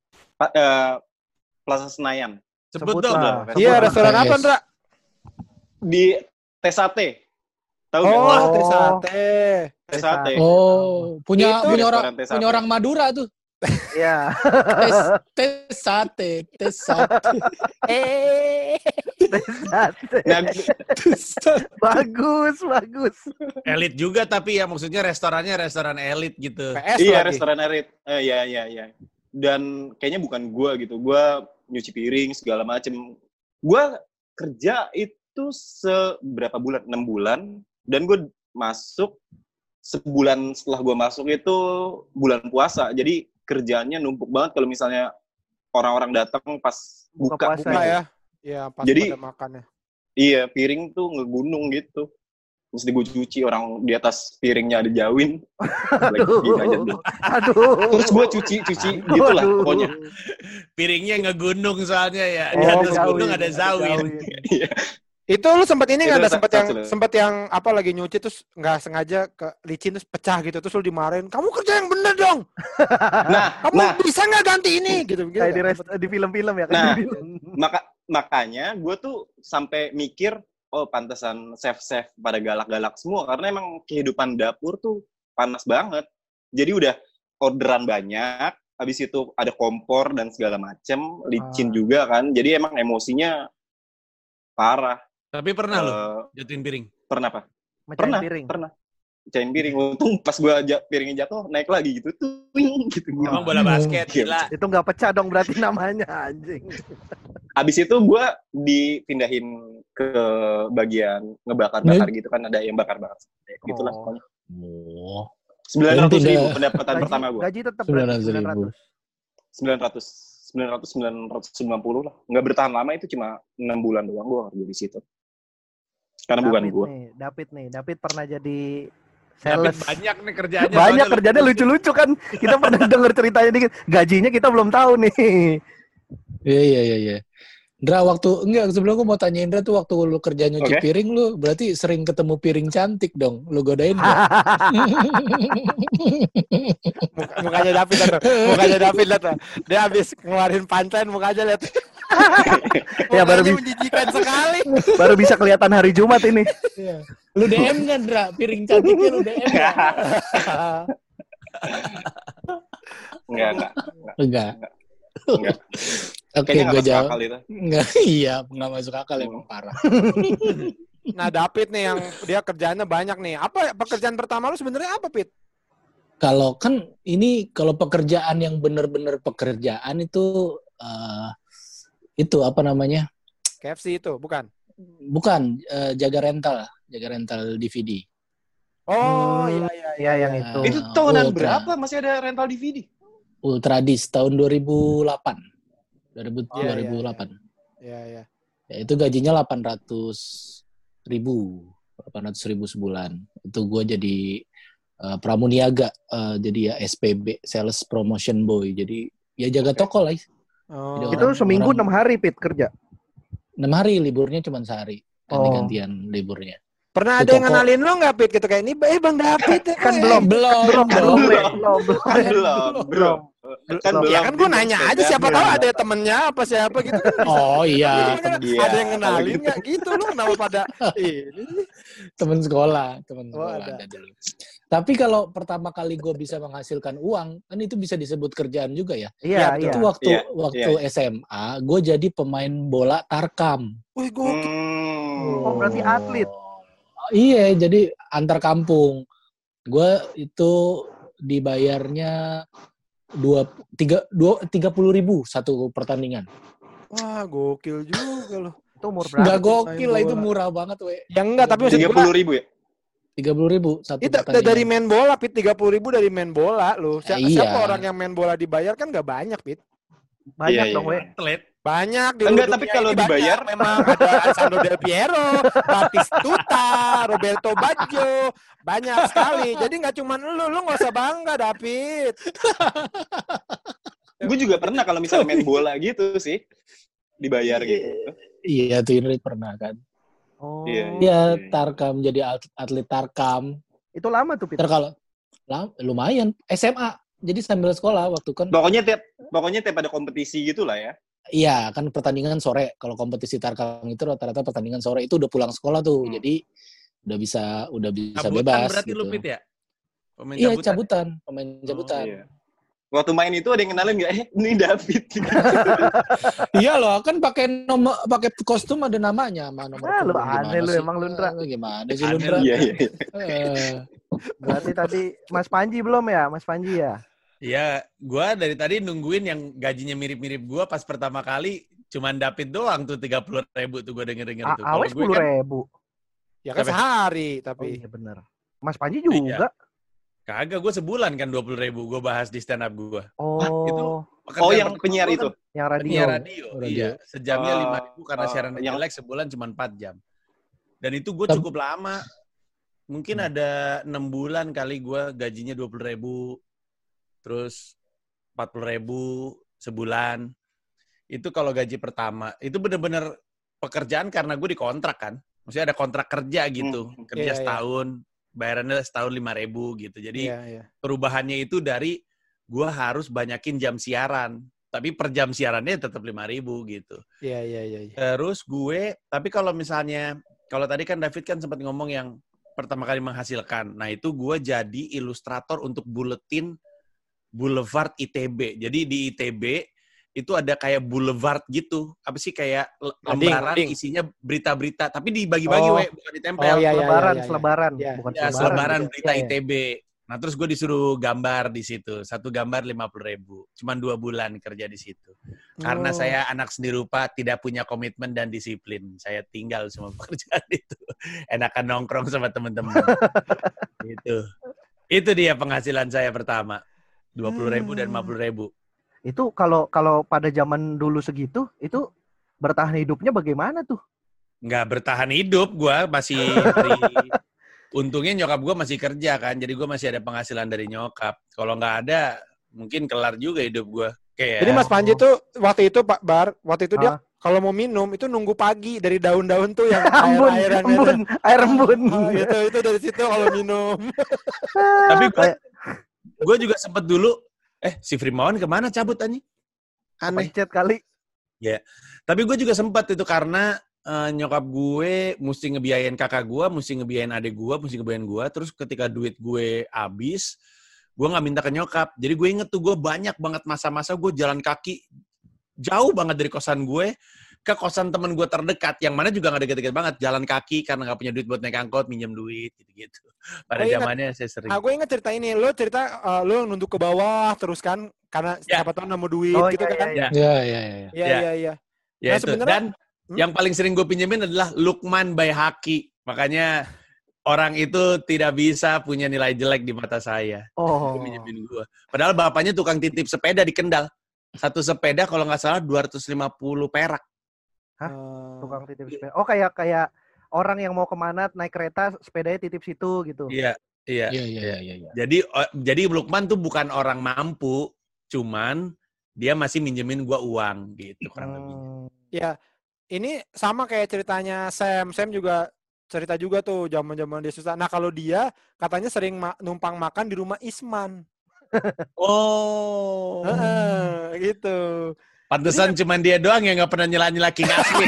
Speaker 2: Plaza Senayan.
Speaker 3: Sebut dong.
Speaker 4: Iya, restoran apa, Ndra?
Speaker 2: Di Tesate. Tahu
Speaker 4: nggak?
Speaker 2: Tesate.
Speaker 5: Oh, punya orang Madura tuh.
Speaker 1: Iya.
Speaker 5: Tesate.
Speaker 1: Bagus.
Speaker 3: Elit juga tapi ya, maksudnya restorannya restoran elit gitu.
Speaker 2: Iya, restoran elit. Iya. Dan kayaknya bukan gue gitu. Gue nyuci piring segala macem. Gue kerja itu seberapa bulan? 6 bulan. Dan gue masuk sebulan setelah gue masuk itu bulan puasa. Jadi kerjaannya numpuk banget kalau misalnya orang-orang datang pas buka
Speaker 4: ya. Iya, pas
Speaker 2: jadi,
Speaker 4: pada makannya.
Speaker 2: Iya, piring tuh ngegunung gitu. Mesti gue cuci, orang di atas piringnya ada jawin.
Speaker 1: Aduh.
Speaker 2: Terus gue cuci gitu lah pokoknya.
Speaker 3: Piringnya ngegunung soalnya ya. Di atas gunung ada zawin.
Speaker 4: Itu lu sempat ini nggak ada sempat yang apa lagi nyuci terus nggak sengaja ke licin terus pecah gitu terus lu dimarahin, kamu kerja yang bener dong. Kamu bisa nggak ganti ini gitu.
Speaker 1: Kayak di film-film ya.
Speaker 2: Nah, makanya gue tuh sampai mikir, pantesan chef pada galak-galak semua karena emang kehidupan dapur tuh panas banget. Jadi udah orderan banyak, habis itu ada kompor dan segala macem, licin juga kan. Jadi emang emosinya parah.
Speaker 3: Tapi pernah lo jatuhin piring?
Speaker 2: Pernah, Pak.
Speaker 1: Pernah.
Speaker 2: Mecahin piring. Untung pas gue piringnya jatuh, naik lagi gitu. Gitu.
Speaker 3: Emang bola basket, gila.
Speaker 1: Itu nggak pecah dong berarti namanya, anjing.
Speaker 2: Abis itu gue dipindahin ke bagian ngebakar-bakar gitu kan. Ada yang bakar-bakar. Gitu lah pokoknya. 900.000 pendapatan pertama gue.
Speaker 1: Gaji tetap 900.
Speaker 2: 990 lah. Nggak bertahan lama, itu cuma 6 bulan doang gue kerja di situ. Karena bukan gue.
Speaker 1: David pernah jadi
Speaker 3: David
Speaker 1: sales.
Speaker 3: banyak nih kerjaannya.
Speaker 1: Banyak kerjanya lucu-lucu kan. Kita pernah denger ceritanya dikit. Gajinya kita belum tahu nih.
Speaker 5: Iya. Indra, sebelum gue mau tanya Indra tuh, waktu lu kerja nyuci piring lu berarti sering ketemu piring cantik dong. Lu godain gak?
Speaker 4: Mukanya David lihat. Dia habis ngeluarin punchline, mukanya lihat.
Speaker 1: Ya baru
Speaker 4: menjijikan sekali.
Speaker 1: Baru bisa kelihatan hari Jumat ini.
Speaker 5: Lu DM kan, Indra? Piring cantiknya lu DM kan? Enggak. Oke, gue jawab. Enggak, iya, nggak masuk akal emang parah.
Speaker 4: Nah, David nih yang dia kerjaannya banyak nih. Apa pekerjaan pertama lu sebenarnya apa, Pit?
Speaker 5: Kalau pekerjaan yang benar-benar pekerjaan itu apa namanya?
Speaker 4: KFC itu, bukan?
Speaker 5: Bukan, jaga rental DVD.
Speaker 4: Oh, iya
Speaker 1: yang itu.
Speaker 2: Itu tahunan berapa masih ada rental DVD?
Speaker 5: Ultradis tahun 2008. 2008.
Speaker 4: Iya.
Speaker 5: Ya, itu gajinya 800.000 sebulan. Itu gue jadi pramuniaga, jadi ya SPB, Sales Promotion Boy. Jadi ya jaga toko lah.
Speaker 1: Itu seminggu 6 hari Pit kerja.
Speaker 5: 6 hari, liburnya cuma sehari. Ganti-gantian liburnya.
Speaker 4: Pernah ada yang ngenalin lo nggak, Pit? Gitu kayak ini, Bang David.
Speaker 1: Kan belum.
Speaker 4: Ya kan gue nanya aja, siapa tahu ada temennya apa siapa gitu kan.
Speaker 5: Oh iya.
Speaker 4: Ada yang ngenalin nggak gitu, lo kenapa pada ini?
Speaker 5: Temen sekolah ada dulu. Tapi kalau pertama kali gue bisa menghasilkan uang, kan itu bisa disebut kerjaan juga ya.
Speaker 1: Iya.
Speaker 5: Itu waktu SMA, gue jadi pemain bola tarkam.
Speaker 4: Wih, gue.
Speaker 1: Oh, berarti atlet.
Speaker 5: Iya, jadi antar kampung. Gue itu dibayarnya 30.000 satu pertandingan.
Speaker 4: Wah, gokil juga loh.
Speaker 1: Itu umur berapa?
Speaker 5: Enggak gokil lah, itu murah banget, we.
Speaker 4: Yang enggak, tapi
Speaker 2: 30.000 ya?
Speaker 5: 30.000 satu
Speaker 4: itu
Speaker 5: pertandingan.
Speaker 4: Dari main bola, Pit. 30.000 dari main bola loh. Siapa
Speaker 5: iya.
Speaker 4: orang yang main bola dibayar kan nggak banyak, Pit.
Speaker 1: Banyak dong, we.
Speaker 3: Atlet.
Speaker 4: Banyak.
Speaker 2: Enggak, tapi kalau dibayar
Speaker 4: memang ada Alessandro Del Piero, Batistuta, Roberto Baggio, banyak sekali. Jadi nggak cuma lu nggak usah bangga, David.
Speaker 2: Gue juga pernah kalau misalnya main bola gitu sih, dibayar gitu.
Speaker 5: Iya, tuh Inrit pernah kan.
Speaker 1: Oh.
Speaker 5: Iya, tarkam, jadi atlet tarkam.
Speaker 1: Itu lama tuh, Pit.
Speaker 5: Lumayan. SMA. Jadi sambil sekolah waktu kan.
Speaker 2: Pokoknya tiap ada kompetisi gitulah ya.
Speaker 5: Iya, kan pertandingan sore. Kalau kompetisi tarkam itu rata-rata pertandingan sore, itu udah pulang sekolah tuh. Jadi udah bisa
Speaker 3: cabutan
Speaker 5: bebas
Speaker 3: berarti
Speaker 5: gitu.
Speaker 3: lu, Pit, ya? Pemain
Speaker 5: Iya, pemain cabutan.
Speaker 2: Iya. Waktu main itu ada yang kenalin nggak? Ini David.
Speaker 5: Iya loh, kan pakai kostum ada namanya sama nomor punggung.
Speaker 1: Lu aneh lu emang Lundra.
Speaker 5: Gimana sih Lundra?
Speaker 2: Iya.
Speaker 1: Berarti tadi Mas Panji belum ya? Mas Panji ya?
Speaker 3: Iya, gue dari tadi nungguin yang gajinya mirip-mirip gue pas pertama kali, cuman David doang tuh 30.000 tuh gue denger tuh.
Speaker 1: Awas 10.000.
Speaker 4: Ya kan sehari tapi.
Speaker 1: Oh iya benar. Mas Panji juga.
Speaker 3: Kagak, gue sebulan kan 20.000 gue bahas di stand up gue.
Speaker 1: Oh.
Speaker 2: Yang penyiar itu?
Speaker 1: Yang radio.
Speaker 3: Penyiar radio. Iya, sejamnya 5.000 karena siaran jelek, sebulan cuma 4 jam. Dan itu gue cukup lama. Mungkin ada 6 bulan kali gue gajinya 20.000. Terus 40.000 sebulan. Itu kalau gaji pertama. Itu bener-bener pekerjaan karena gue dikontrak kan. Maksudnya ada kontrak kerja gitu. Kerja setahun. Bayarannya setahun 5.000 gitu. Jadi perubahannya itu dari gue harus banyakin jam siaran. Tapi per jam siarannya tetap 5.000 gitu.
Speaker 4: Iya.
Speaker 3: Terus tapi kalau misalnya, kalau tadi kan David kan sempat ngomong yang pertama kali menghasilkan. Nah itu gue jadi ilustrator untuk buletin Boulevard ITB. Jadi di ITB itu ada kayak boulevard gitu. Apa sih kayak lembaran isinya berita-berita. Tapi dibagi-bagi, bukan ditempel.
Speaker 1: Selebaran.
Speaker 3: Selebaran berita ITB. Nah terus gue disuruh gambar di situ. Satu gambar 50.000. Cuman 2 bulan kerja di situ. Karena saya anak seni rupa, tidak punya komitmen dan disiplin. Saya tinggal semua pekerjaan itu. Enakan nongkrong sama teman-teman. Gitu. Itu dia penghasilan saya pertama. 20.000 dan 50.000.
Speaker 1: Itu kalau pada zaman dulu segitu, itu bertahan hidupnya bagaimana tuh?
Speaker 3: Nggak bertahan hidup, gue masih untungnya nyokap gue masih kerja kan, jadi gue masih ada penghasilan dari nyokap. Kalau nggak ada, mungkin kelar juga hidup gue.
Speaker 4: Jadi Mas Panji tuh waktu itu Pak Bar, dia kalau mau minum itu nunggu pagi dari daun-daun tuh yang air embun. Itu dari situ kalau minum.
Speaker 3: Tapi gue juga sempet dulu, si Frimawan kemana cabut anjing? Aneh.
Speaker 1: Pencet kali.
Speaker 3: Ya, tapi gue juga sempat itu karena nyokap gue mesti ngebiayain kakak gue, mesti ngebiayain adik gue, mesti ngebiayain gue. Terus ketika duit gue habis, gue nggak minta ke nyokap. Jadi gue inget tuh gue banyak banget masa-masa gue jalan kaki jauh banget dari kosan gue ke kosan temen gue terdekat, yang mana juga nggak deket-deket banget, jalan kaki karena nggak punya duit buat naik angkot, minjem duit gitu-gitu. Pada zamannya saya sering.
Speaker 4: Gue inget cerita ini, lo cerita lo nunduk ke bawah terus kan, karena siapa tahu nemu duit gitu kan? Iya.
Speaker 3: Ya, itu. Dan yang paling sering gue pinjemin adalah Lukman by Haki. Makanya orang itu tidak bisa punya nilai jelek di mata saya. Gue pinjemin gue. Padahal bapaknya tukang titip sepeda di Kendal. Satu sepeda kalau nggak salah 250 perak.
Speaker 1: Hah? Tukang titip sepeda. Oh, kayak orang yang mau kemana naik kereta, sepedanya titip situ gitu.
Speaker 3: Iya. Jadi Lukman tuh bukan orang mampu, cuman dia masih minjemin gua uang gitu kurang lebih.
Speaker 4: Ya, ini sama kayak ceritanya Sam. Sam juga cerita juga tuh zaman-zaman dia susah. Nah, kalau dia katanya sering numpang makan di rumah Isman.
Speaker 3: Oh.
Speaker 4: Gitu.
Speaker 3: Pantesan cuman dia doang yang nggak pernah nyela-nyela King Aswin.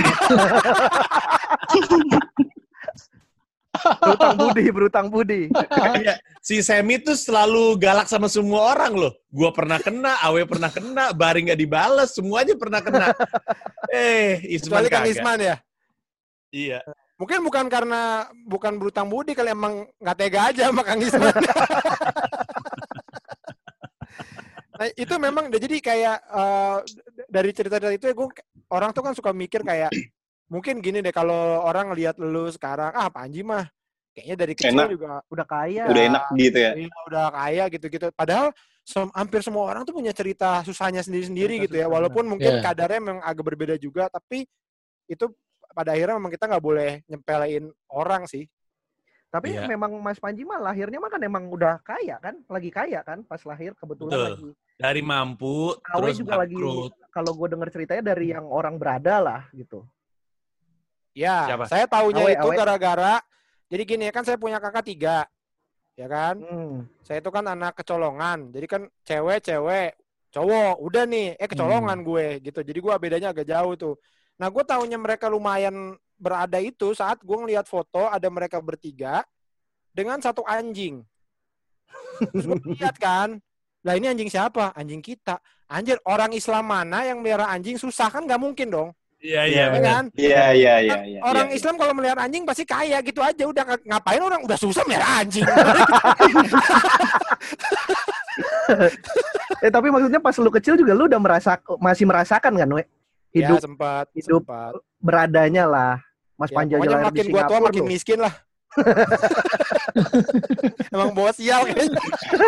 Speaker 1: berutang budi.
Speaker 3: Iya, si Semi tuh selalu galak sama semua orang loh. Gua pernah kena, Awe pernah kena, Bari nggak dibales, semuanya pernah kena. Isman kagak.
Speaker 4: Isman ya?
Speaker 3: Iya.
Speaker 4: Mungkin bukan berutang budi, kali emang nggak tega aja sama Kang Isman. Nah, itu memang jadi kayak dari cerita itu ya, orang tuh kan suka mikir kayak mungkin gini deh, kalau orang lihat lu sekarang, Panji mah kayaknya dari kecil enak. Juga
Speaker 1: udah kaya.
Speaker 2: Udah enak gitu ya.
Speaker 4: Udah kaya gitu-gitu. Padahal hampir semua orang tuh punya cerita susahnya sendiri-sendiri gitu ya. Walaupun mungkin kadarnya memang agak berbeda juga, tapi itu pada akhirnya memang kita nggak boleh nyempelein orang sih.
Speaker 1: Tapi memang Mas Panji mah lahirnya mah kan emang udah kaya kan, lagi kaya kan pas lahir kebetulan.
Speaker 3: Betul.
Speaker 1: Lagi.
Speaker 3: Dari mampu,
Speaker 1: Awe
Speaker 3: terus
Speaker 1: juga bangkrut. Lagi, kalau gue denger ceritanya dari yang orang berada lah gitu.
Speaker 4: Ya, siapa? Saya taunya itu gara-gara, jadi gini kan saya punya kakak 3, ya kan? Saya itu kan anak kecolongan, jadi kan cewek, cowok, udah nih, kecolongan gue gitu. Jadi gue bedanya agak jauh tuh. Nah, gue taunya mereka lumayan berada itu saat gue ngeliat foto ada mereka bertiga dengan satu anjing. Terus gue lihat kan, lah ini anjing siapa? Anjing kita. Anjir, orang Islam mana yang melihara anjing susah kan? Nggak mungkin dong.
Speaker 3: Iya
Speaker 4: kan?
Speaker 2: Iya.
Speaker 4: Orang Islam kalau melihara anjing pasti kaya gitu aja. Udah ngapain orang udah susah melihara anjing.
Speaker 1: Tapi maksudnya pas lu kecil juga lu udah masih merasakan kan, We? Hidup beradanya lah. Mas Panji aja lahir di Singapura. Makin gua tua makin
Speaker 4: miskin lah. Emang bawa sial kayaknya.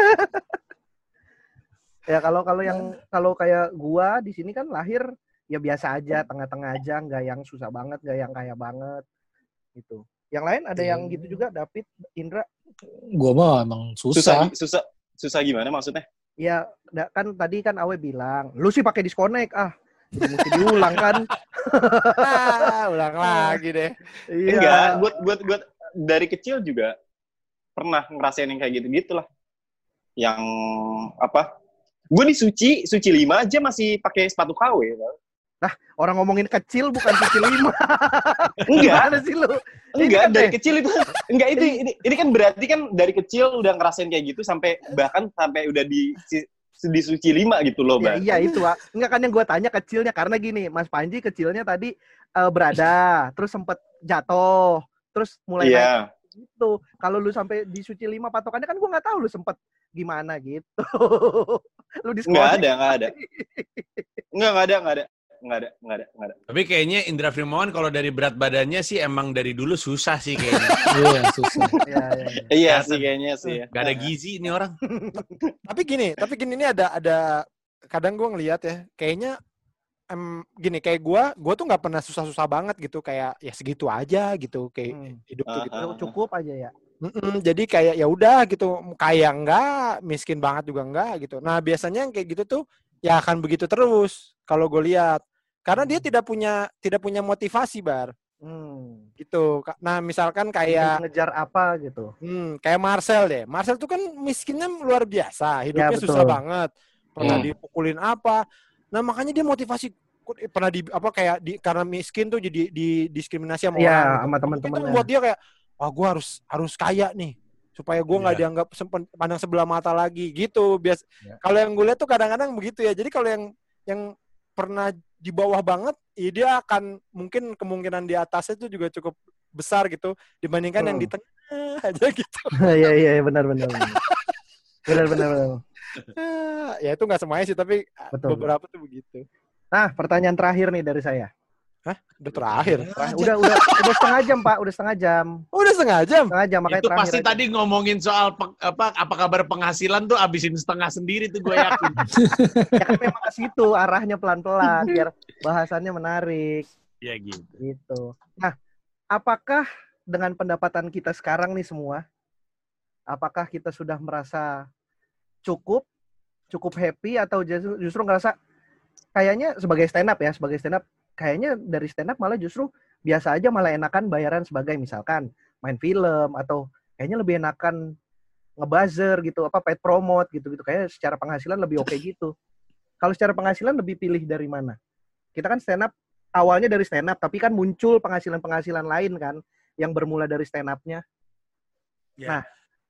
Speaker 1: Ya kalau kayak gua di sini kan lahir ya biasa aja, tengah-tengah aja, nggak yang susah banget, nggak yang kaya banget gitu. Yang lain ada yang gitu juga, David, Indra?
Speaker 5: Gua mah emang susah.
Speaker 2: Susah gimana maksudnya?
Speaker 1: Ya kan tadi kan Awe bilang, lu sih pakai disconnect jadi mesti diulang kan.
Speaker 4: Ulang lagi deh.
Speaker 2: Iya. Enggak, buat dari kecil juga pernah ngerasain yang kayak gitu-gitu lah. Yang apa? Gue di Suci 5 aja masih pakai sepatu KW.
Speaker 1: Nah, orang ngomongin kecil bukan Suci 5.
Speaker 2: Enggak.
Speaker 1: Ada sih lu.
Speaker 2: Enggak, dari kecil itu. Enggak, ini kan berarti kan dari kecil udah ngerasain kayak gitu sampai udah di Suci 5 gitu loh, Bang.
Speaker 1: Iya itu, Pak. Enggak kan yang gue tanya kecilnya karena gini, Mas Panji kecilnya tadi berada, terus sempet jatuh, terus mulai naik gitu. Kalau lu sampai di Suci 5 patokannya kan gue nggak tahu lu sempet gimana gitu. Lu di sekolah.
Speaker 2: Nggak ada.
Speaker 3: Tapi kayaknya Indra Firmawan kalau dari berat badannya sih emang dari dulu susah sih kayaknya.
Speaker 5: Iya, susah.
Speaker 2: Iya sih kayaknya sih.
Speaker 3: Gak ada gizi ini orang.
Speaker 4: Tapi gini ini ada kadang gue ngeliat ya, kayaknya gini, kayak gue tuh nggak pernah susah-susah banget gitu, kayak ya segitu aja gitu, kayak hidup tuh gitu
Speaker 1: cukup aja ya.
Speaker 4: Jadi kayak ya udah gitu, kaya enggak, miskin banget juga enggak gitu. Nah biasanya yang kayak gitu tuh ya akan begitu terus kalau gue lihat, karena dia tidak punya motivasi, Bar. Gitu. Nah misalkan kayak
Speaker 1: ngejar apa gitu.
Speaker 4: Kayak Marcel deh. Marcel tuh kan miskinnya luar biasa, hidupnya susah banget, pernah dipukulin apa. Nah makanya dia motivasi, pernah karena miskin tuh jadi didiskriminasi sama orang.
Speaker 1: Sama teman-temannya.
Speaker 4: Itu buat dia kayak, gue harus kaya nih supaya gue nggak dianggap pandang sebelah mata lagi gitu. Kalau yang gue lihat tuh kadang-kadang begitu ya. Jadi kalau yang pernah di bawah banget, ya dia akan mungkin kemungkinan di atasnya itu juga cukup besar gitu dibandingkan yang di tengah aja gitu.
Speaker 1: Iya benar. Benar.
Speaker 4: Ya itu nggak semuanya sih, tapi beberapa tuh begitu.
Speaker 1: Nah, pertanyaan terakhir nih dari saya.
Speaker 4: Hah? Udah terakhir?
Speaker 1: Udah setengah jam, Pak. Udah setengah jam.
Speaker 4: Udah setengah jam?
Speaker 1: Setengah jam, makanya
Speaker 3: itu
Speaker 1: terakhir
Speaker 3: pasti
Speaker 1: aja.
Speaker 3: Tadi ngomongin soal apa kabar penghasilan tuh abisin setengah sendiri tuh gue yakin.
Speaker 1: Ya kan memang ke situ arahnya pelan-pelan biar bahasannya menarik.
Speaker 3: Ya gitu.
Speaker 1: Gitu. Nah, apakah dengan pendapatan kita sekarang nih semua, apakah kita sudah merasa cukup happy atau justru ngerasa kayaknya sebagai stand up kayaknya dari stand up malah justru biasa aja, malah enakan bayaran sebagai misalkan main film, atau kayaknya lebih enakan ngebuzzer gitu, paid promote gitu-gitu, kayak secara penghasilan lebih oke gitu. Kalau secara penghasilan lebih pilih dari mana? Kita kan stand up awalnya dari stand up, tapi kan muncul penghasilan lain kan yang bermula dari stand up-nya. Nah,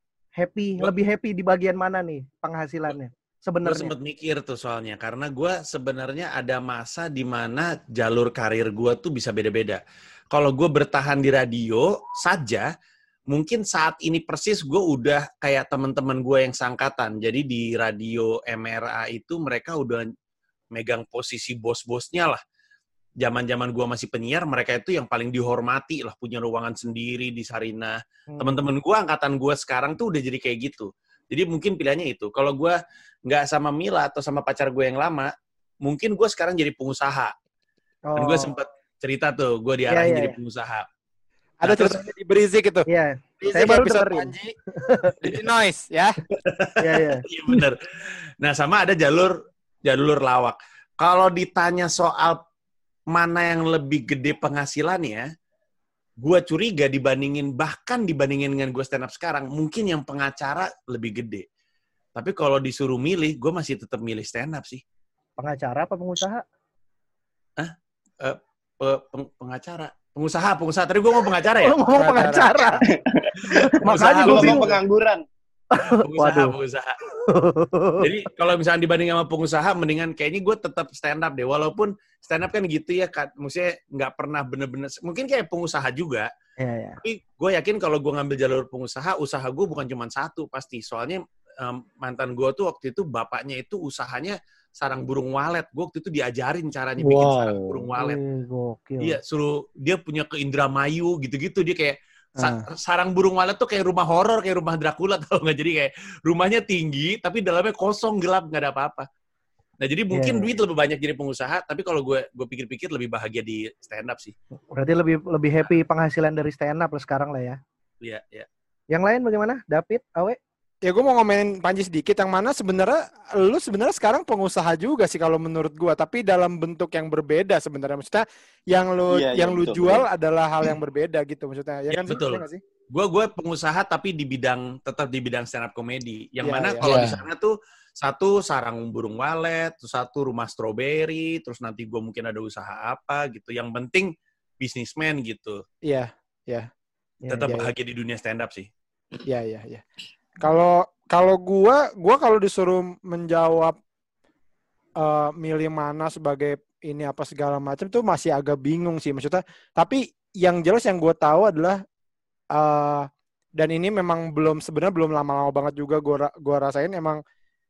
Speaker 1: lebih happy di bagian mana nih penghasilannya? Sebenarnya.
Speaker 3: Gue sempet mikir tuh soalnya, karena gue sebenarnya ada masa di mana jalur karir gue tuh bisa beda-beda. Kalau gue bertahan di radio saja, mungkin saat ini persis gue udah kayak teman-teman gue yang seangkatan. Jadi di radio MRA itu mereka udah megang posisi bos-bosnya lah. Zaman-zaman gue masih penyiar, mereka itu yang paling dihormati lah, punya ruangan sendiri di Sarinah. Teman-teman gue, angkatan gue sekarang tuh udah jadi kayak gitu. Jadi mungkin pilihannya itu. Kalau gue nggak sama Mila atau sama pacar gue yang lama, mungkin gue sekarang jadi pengusaha. Dan gue sempat cerita tuh, gue diarahin jadi pengusaha.
Speaker 4: Ada ceritanya di Berizik itu.
Speaker 1: Iya.
Speaker 4: Saya baru dengerin. Di Noise, ya.
Speaker 1: Iya.
Speaker 3: Iya benar. Nah, sama ada jalur lawak. Kalau ditanya soal mana yang lebih gede penghasilannya, gue curiga dibandingin dengan gue stand up sekarang, mungkin yang pengacara lebih gede. Tapi kalau disuruh milih, gue masih tetap milih stand up sih.
Speaker 1: Pengacara apa pengusaha?
Speaker 3: Pengacara. Pengusaha. Tadi gue mau pengacara ya?
Speaker 1: Lu ngomong pengacara. Makanya gue
Speaker 2: ngomong pengangguran.
Speaker 3: Pengusaha. Jadi kalau misalnya dibanding sama pengusaha, mendingan kayaknya gue tetap stand up deh. Walaupun stand up kan gitu ya, maksudnya nggak pernah bener-bener, mungkin kayak pengusaha juga.
Speaker 1: Iya.
Speaker 3: Tapi gue yakin kalau gue ngambil jalur pengusaha, usaha gue bukan cuma satu pasti. Soalnya mantan gue tuh waktu itu bapaknya itu usahanya sarang burung walet. Gue waktu itu diajarin caranya bikin sarang burung walet. Iya, suruh dia punya ke Indramayu gitu-gitu. Dia kayak sarang burung walet tuh kayak rumah horor, kayak rumah Dracula, tau nggak? Jadi kayak rumahnya tinggi, tapi dalamnya kosong, gelap, nggak ada apa-apa. Nah, jadi mungkin duit lebih banyak jadi pengusaha, tapi kalau gue pikir-pikir lebih bahagia di stand up sih.
Speaker 1: Berarti lebih happy penghasilan dari stand up lah sekarang lah ya.
Speaker 3: Iya.
Speaker 1: Yang lain bagaimana? David, Awe?
Speaker 4: Ya gue mau ngomenin Panji sedikit, yang mana lu sebenarnya sekarang pengusaha juga sih kalau menurut gue, tapi dalam bentuk yang berbeda sebenarnya. Maksudnya yang lu jual adalah hal yang berbeda gitu maksudnya. Ya kan,
Speaker 3: betul.
Speaker 4: Sih?
Speaker 3: Gue pengusaha tapi tetap di bidang stand up comedy. Yang mana kalau di sana tuh satu sarang burung walet, satu rumah stroberi, terus nanti gue mungkin ada usaha apa gitu. Yang penting bisnismen gitu.
Speaker 4: Iya.
Speaker 3: Tetap bahagia di dunia stand up sih.
Speaker 4: Iya. Kalau gua kalau disuruh menjawab milih mana sebagai ini apa segala macam tuh masih agak bingung sih maksudnya. Tapi yang jelas yang gua tahu adalah dan ini memang belum lama-lama banget juga gua rasain, emang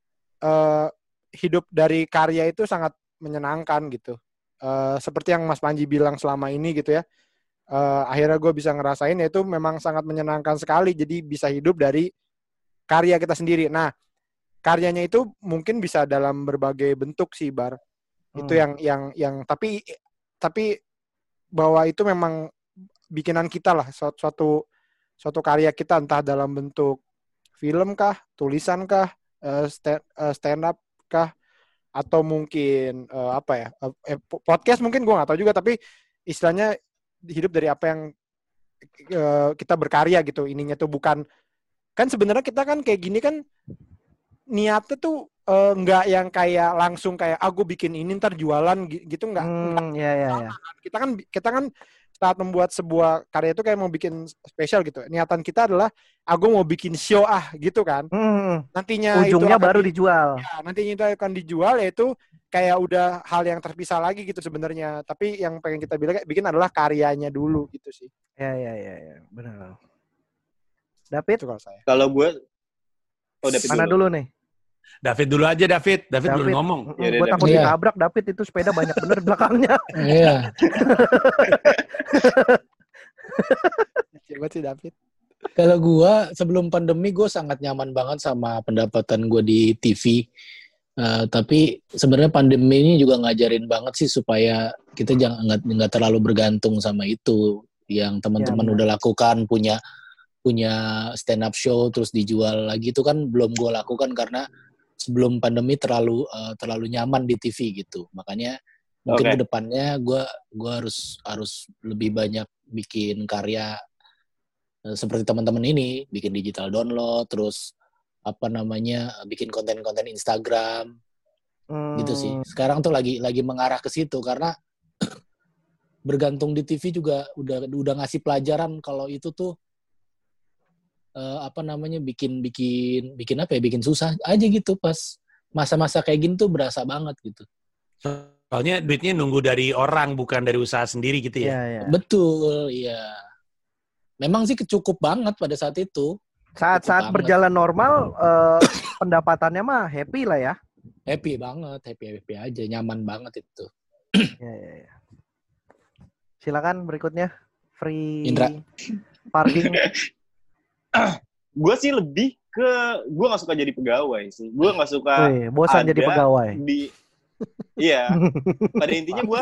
Speaker 4: hidup dari karya itu sangat menyenangkan gitu. Seperti yang Mas Panji bilang selama ini gitu ya. Akhirnya gue bisa ngerasain itu memang sangat menyenangkan sekali. Jadi bisa hidup dari karya kita sendiri. Nah, karyanya itu mungkin bisa dalam berbagai bentuk sih, Bar. Itu yang tapi bahwa itu memang bikinan kita lah, suatu karya kita, entah dalam bentuk film kah, tulisan kah, stand up kah, atau mungkin podcast mungkin gue nggak tahu juga, tapi istilahnya hidup dari apa yang kita berkarya gitu. Ininya tuh bukan, kan sebenarnya kita kan kayak gini kan niatnya tuh nggak yang kayak langsung kayak gue bikin ini ntar jualan gitu, nggak.
Speaker 1: Iya.
Speaker 4: Kita kan saat membuat sebuah karya itu kayak mau bikin spesial gitu. Niatan kita adalah, aku mau bikin show gitu kan. Nantinya
Speaker 1: ujungnya
Speaker 4: itu
Speaker 1: baru dijual.
Speaker 4: Ya, nantinya itu akan dijual, yaitu kayak udah hal yang terpisah lagi gitu sebenarnya. Tapi yang pengen kita bikin adalah karyanya dulu gitu sih.
Speaker 1: Ya, benar. David?
Speaker 2: Kalau gue,
Speaker 1: David mana dulu nih?
Speaker 3: David dulu aja, David belum ngomong.
Speaker 1: Gue takut ditabrak, David itu sepeda banyak bener belakangnya.
Speaker 5: Iya.
Speaker 4: Coba sih David.
Speaker 5: Kalau gue sebelum pandemi gue sangat nyaman banget sama pendapatan gue di TV. Tapi sebenarnya pandemi ini juga ngajarin banget sih supaya kita nggak terlalu bergantung sama itu. Yang teman-teman udah lakukan, punya stand up show terus dijual lagi, itu kan belum gue lakukan karena sebelum pandemi terlalu nyaman di TV gitu. Makanya mungkin kedepannya gue harus lebih banyak bikin karya seperti teman-teman ini, bikin digital download, terus bikin konten-konten Instagram gitu sih. Sekarang tuh lagi mengarah ke situ karena bergantung di TV juga udah ngasih pelajaran kalau itu tuh bikin susah aja gitu pas masa-masa kayak gini tuh berasa banget gitu.
Speaker 3: Soalnya duitnya nunggu dari orang bukan dari usaha sendiri gitu ya.
Speaker 1: Iya.
Speaker 5: Betul, iya. Memang sih cukup banget pada saat itu.
Speaker 1: Saat berjalan normal pendapatannya mah happy lah ya.
Speaker 5: Happy banget, happy aja, nyaman banget itu.
Speaker 1: Ya. Silakan berikutnya. Free
Speaker 5: Indra.
Speaker 1: Parking.
Speaker 2: Gue sih lebih ke gue nggak suka jadi pegawai sih. Gue nggak suka.
Speaker 1: Bosan jadi pegawai.
Speaker 2: Iya. Pada intinya gue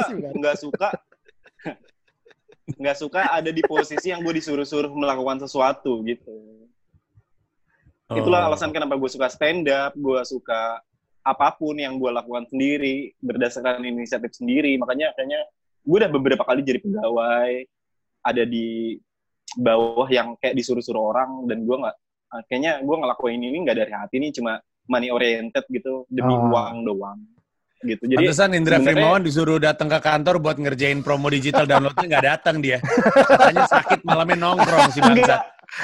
Speaker 2: nggak suka ada di posisi yang gue disuruh-suruh melakukan sesuatu gitu. Itulah alasan kenapa gue suka stand up. Gue suka apapun yang gue lakukan sendiri berdasarkan inisiatif sendiri. Makanya kayaknya gue udah beberapa kali jadi pegawai, ada di bawah yang kayak disuruh-suruh orang, dan gue kayaknya gue ngelakuin ini nggak dari hati, nih cuma money oriented gitu, demi uang doang gitu. Jadi
Speaker 3: pantesan Indra Frimawan disuruh datang ke kantor buat ngerjain promo digital downloadnya nggak datang dia. Katanya sakit malamnya nongkrong si bangsat.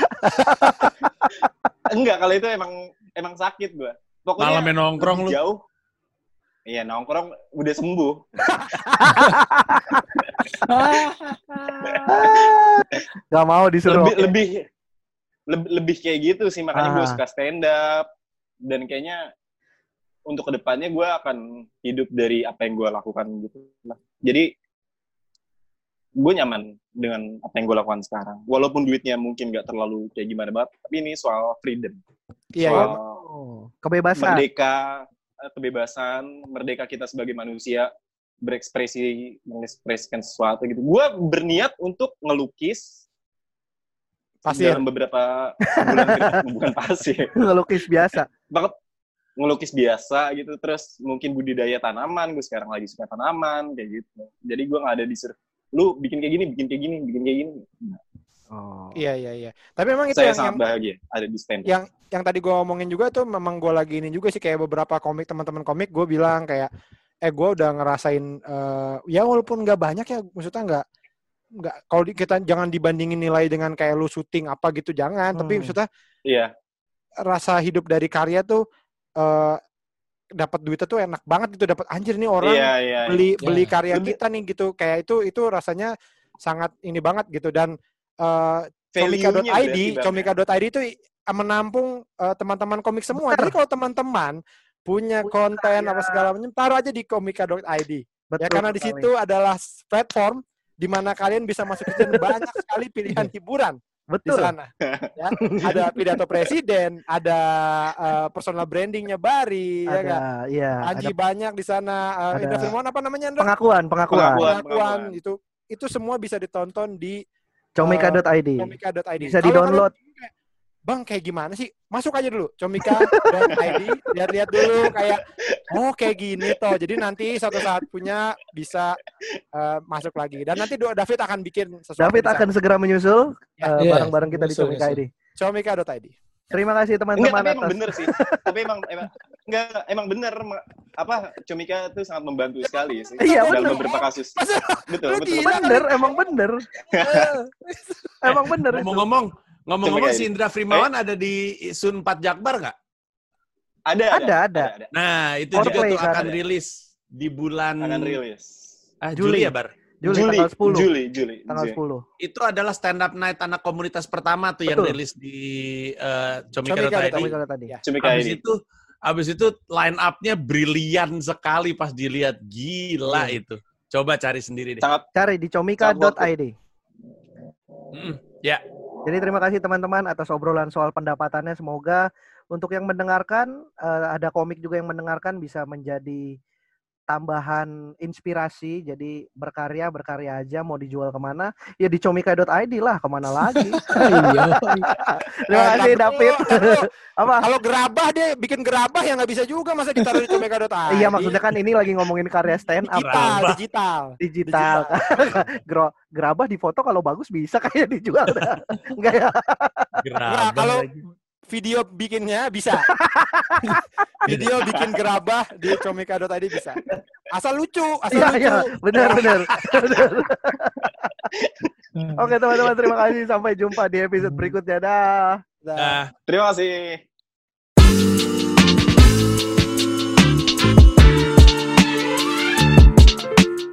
Speaker 2: Enggak, kalau itu emang sakit gue. Pokoknya
Speaker 3: malamnya nongkrong lu.
Speaker 2: Jauh. Iya, nongkrong udah sembuh.
Speaker 1: Gak mau disuruh.
Speaker 2: Lebih kayak gitu sih, makanya gue suka stand up, dan kayaknya untuk kedepannya gue akan hidup dari apa yang gue lakukan gitu. Jadi gue nyaman dengan apa yang gue lakukan sekarang, walaupun duitnya mungkin gak terlalu kayak gimana banget, tapi ini soal freedom, soal
Speaker 1: kebebasan,
Speaker 2: kebebasan, merdeka kita sebagai manusia mengekspresikan sesuatu gitu. Gue berniat untuk ngelukis pasir dalam beberapa bulan ke depan. Bukan pasir,
Speaker 1: ngelukis biasa
Speaker 2: banget, ngelukis biasa gitu. Terus mungkin budidaya tanaman, gue sekarang lagi suka tanaman kayak gitu. Jadi gue nggak ada disuruh lu bikin kayak gini.
Speaker 4: Iya. Tapi memang itu
Speaker 2: saya sangat bahagia ada di stand.
Speaker 4: Yang tadi gue omongin juga tuh, memang gue lagi ini juga sih, kayak beberapa teman-teman komik gue bilang kayak gue udah ngerasain ya walaupun nggak banyak ya, maksudnya nggak kalau kita jangan dibandingin nilai dengan kayak lu syuting apa gitu, jangan. Tapi maksudnya rasa hidup dari karya tuh dapat duitnya tuh enak banget gitu, dapat anjir nih orang beli karya kita nih gitu, kayak itu rasanya sangat ini banget gitu. Dan Comika.id itu menampung teman-teman komik semua. Jadi kalau teman-teman punya konten apa segala macam, taruh aja di Comika.id. Ya, karena di situ adalah platform di mana kalian bisa masuk ke banyak sekali pilihan hiburan. Di sana. Ya, ada pidato presiden, ada personal brandingnya Bari, ya kan? Iya. Anji banyak di sana. Indra Firmawan apa namanya, Indra? Pengakuan itu semua bisa ditonton di
Speaker 1: Comika.id. Bisa di-download.
Speaker 4: Bang, kayak gimana sih? Masuk aja dulu Comika.id, lihat-lihat dulu kayak kayak gini toh. Jadi nanti suatu saat punya bisa masuk lagi. Dan nanti David akan bikin sesuatu.
Speaker 1: David akan segera menyusul bareng-bareng kita di Comika.id.
Speaker 4: Comika.id.
Speaker 1: Terima kasih teman-teman
Speaker 2: tapi emang bener sih. Tapi emang bener Comika tuh sangat membantu sekali sih dalam beberapa kasus. Betul.
Speaker 1: Emang bener. Emang bener.
Speaker 3: Ngomong-ngomong si Indra Frimawan ada di Sun 4 Jakbar nggak?
Speaker 1: Ada.
Speaker 3: Nah, itu juga tuh akan rilis di bulan Juli ya, Bar?
Speaker 1: Juli tanggal 10.
Speaker 2: Juli.
Speaker 1: Tanggal 10.
Speaker 3: Itu adalah stand up night anak komunitas pertama tuh yang rilis di Comika
Speaker 1: tadi.
Speaker 3: Abis itu line up-nya brilian sekali pas dilihat. Gila itu. Coba cari sendiri deh.
Speaker 1: Cari di comika.id.
Speaker 3: Ya.
Speaker 1: Jadi terima kasih teman-teman atas obrolan soal pendapatannya. Semoga untuk yang mendengarkan, ada komik juga yang mendengarkan bisa menjadi tambahan inspirasi. Jadi berkarya aja, mau dijual kemana ya di comika.id lah, kemana lagi. Terima kasih David. Apa
Speaker 4: kalau gerabah dia bikin gerabah ya nggak bisa juga, masa ditaruh di comika.id.
Speaker 1: Iya, maksudnya kan ini lagi ngomongin karya stand up digital. Gerabah di foto kalau bagus bisa kayak dijual. Enggak ya?
Speaker 4: Nah, kalau video bikinnya bisa. Video bikin gerabah di comika.id bisa. Asal lucu.
Speaker 1: Iya, benar. Oke teman-teman, terima kasih. Sampai jumpa di episode berikutnya. Dah.
Speaker 2: Terima kasih.